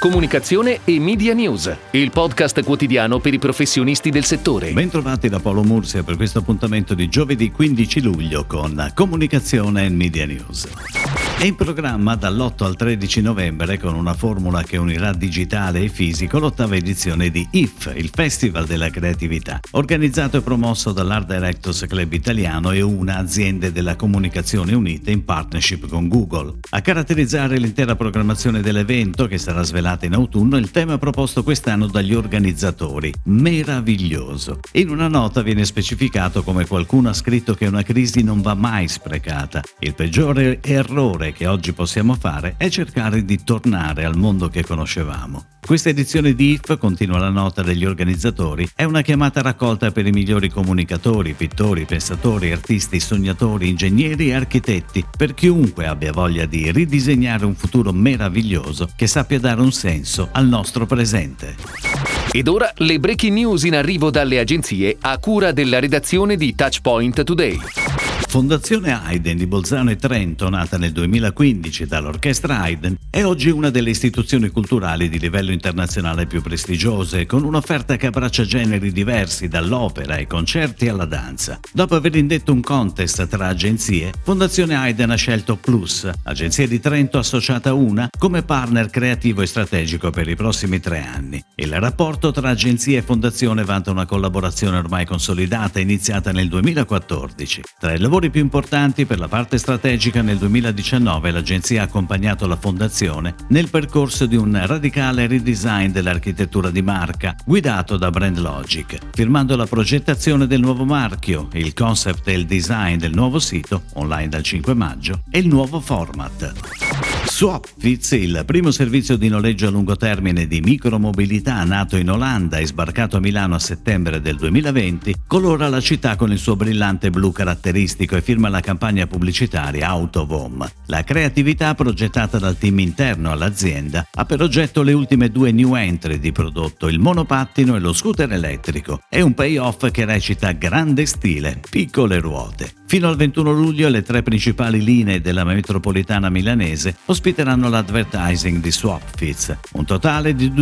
comunicazione e media news, il podcast quotidiano per i professionisti del settore. Bentrovati da Paolo Mursia per questo appuntamento di giovedì 15 luglio con Comunicazione e Media News. È in programma dall'8 al 13 novembre, con una formula che unirà digitale e fisico, l'ottava edizione di IF, il Festival della Creatività, organizzato e promosso dall'Art Directors Club Italiano e una aziende della comunicazione unite in partnership con Google. A caratterizzare l'intera programmazione dell'evento, che sarà svelata in autunno, il tema proposto quest'anno dagli organizzatori: meraviglioso. In una nota viene specificato come qualcuno ha scritto che una crisi non va mai sprecata. Il peggiore errore che oggi possiamo fare è cercare di tornare al mondo che conoscevamo. Questa edizione di IF, continua la nota degli organizzatori, è una chiamata raccolta per i migliori comunicatori, pittori, pensatori, artisti, sognatori, ingegneri e architetti, per chiunque abbia voglia di ridisegnare un futuro meraviglioso che sappia dare un senso al nostro presente. Ed ora le breaking news in arrivo dalle agenzie a cura della redazione di Touchpoint Today. Fondazione Haydn di Bolzano e Trento, nata nel 2015 dall'Orchestra Haydn, è oggi una delle istituzioni culturali di livello internazionale più prestigiose, con un'offerta che abbraccia generi diversi, dall'opera ai concerti alla danza. Dopo aver indetto un contest tra agenzie, Fondazione Haydn ha scelto Plus, agenzia di Trento associata a una, come partner creativo e strategico per i prossimi 3 anni. Il rapporto tra agenzie e fondazione vanta una collaborazione ormai consolidata, iniziata nel 2014. Tra i lavori più importanti, per la parte strategica, nel 2019 l'agenzia ha accompagnato la fondazione nel percorso di un radicale redesign dell'architettura di marca, guidato da Brand Logic, firmando la progettazione del nuovo marchio, il concept e il design del nuovo sito, online dal 5 maggio, e il nuovo format. Swapfiets, il primo servizio di noleggio a lungo termine di micromobilità nato in Olanda e sbarcato a Milano a settembre del 2020, colora la città con il suo brillante blu caratteristico e firma la campagna pubblicitaria Out of Home. La creatività, progettata dal team interno all'azienda, ha per oggetto le ultime 2 new entry di prodotto, il monopattino e lo scooter elettrico, e un payoff che recita grande stile, piccole ruote. Fino al 21 luglio le 3 principali linee della metropolitana milanese ospiteranno l'advertising di Swapfiets, un totale di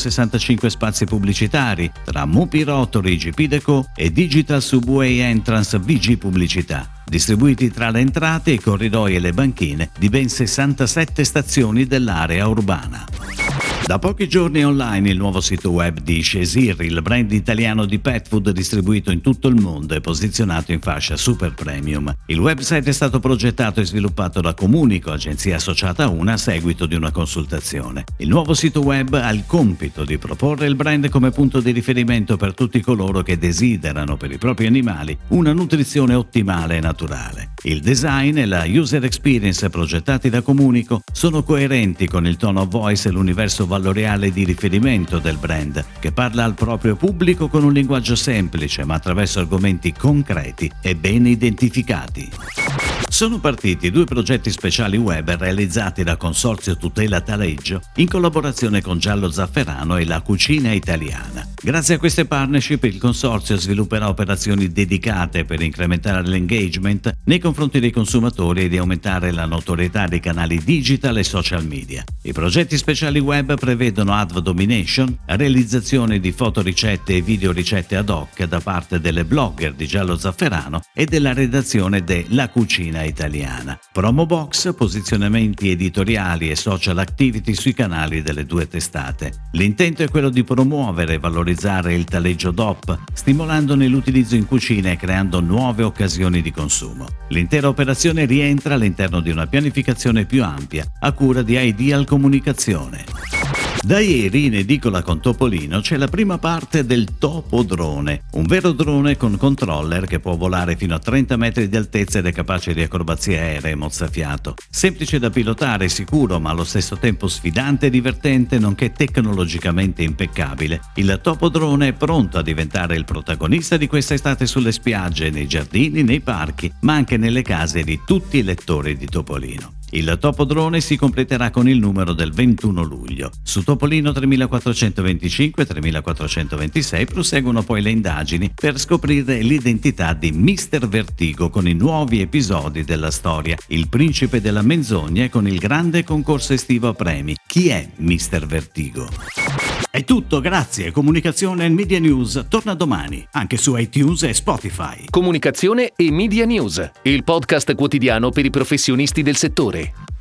265 spazi pubblicitari tra Mupi Rotary, GP Deco e Digital Subway Entrance VG Pubblicità, distribuiti tra le entrate, i corridoi e le banchine di ben 67 stazioni dell'area urbana. Da pochi giorni è online il nuovo sito web di Cesir, il brand italiano di pet food distribuito in tutto il mondo e posizionato in fascia super premium. Il website è stato progettato e sviluppato da Comunico, agenzia associata a una, a seguito di una consultazione. Il nuovo sito web ha il compito di proporre il brand come punto di riferimento per tutti coloro che desiderano per i propri animali una nutrizione ottimale e naturale. Il design e la user experience progettati da Comunico sono coerenti con il tone of voice e l'universo valoriale di riferimento del brand, che parla al proprio pubblico con un linguaggio semplice ma attraverso argomenti concreti e ben identificati. Sono partiti 2 progetti speciali web realizzati da Consorzio Tutela Taleggio in collaborazione con Giallo Zafferano e la Cucina Italiana. Grazie a queste partnership il Consorzio svilupperà operazioni dedicate per incrementare l'engagement nei confronti dei consumatori e di aumentare la notorietà dei canali digital e social media. I progetti speciali web prevedono ad domination, realizzazione di fotoricette e videoricette ad hoc da parte delle blogger di Giallo Zafferano e della redazione de La Cucina Italiana. Promo box, posizionamenti editoriali e social activity sui canali delle 2 testate. L'intento è quello di promuovere e valorizzare il taleggio DOP, stimolandone l'utilizzo in cucina e creando nuove occasioni di consumo. L'intera operazione rientra all'interno di una pianificazione più ampia, a cura di Ideal Comunicazione. Da ieri in edicola con Topolino c'è la prima parte del Topo Drone, un vero drone con controller che può volare fino a 30 metri di altezza ed è capace di acrobazie aeree mozzafiato. Semplice da pilotare, sicuro ma allo stesso tempo sfidante e divertente, nonché tecnologicamente impeccabile, il Topo Drone è pronto a diventare il protagonista di questa estate sulle spiagge, nei giardini, nei parchi, ma anche nelle case di tutti i lettori di Topolino. Il Topodrone si completerà con il numero del 21 luglio. Su Topolino 3425 e 3426 proseguono poi le indagini per scoprire l'identità di Mr. Vertigo con i nuovi episodi della storia, il principe della menzogna e con il grande concorso estivo a premi. Chi è Mr. Vertigo? È tutto, grazie. Comunicazione e Media News torna domani, anche su iTunes e Spotify. Comunicazione e Media News, il podcast quotidiano per i professionisti del settore.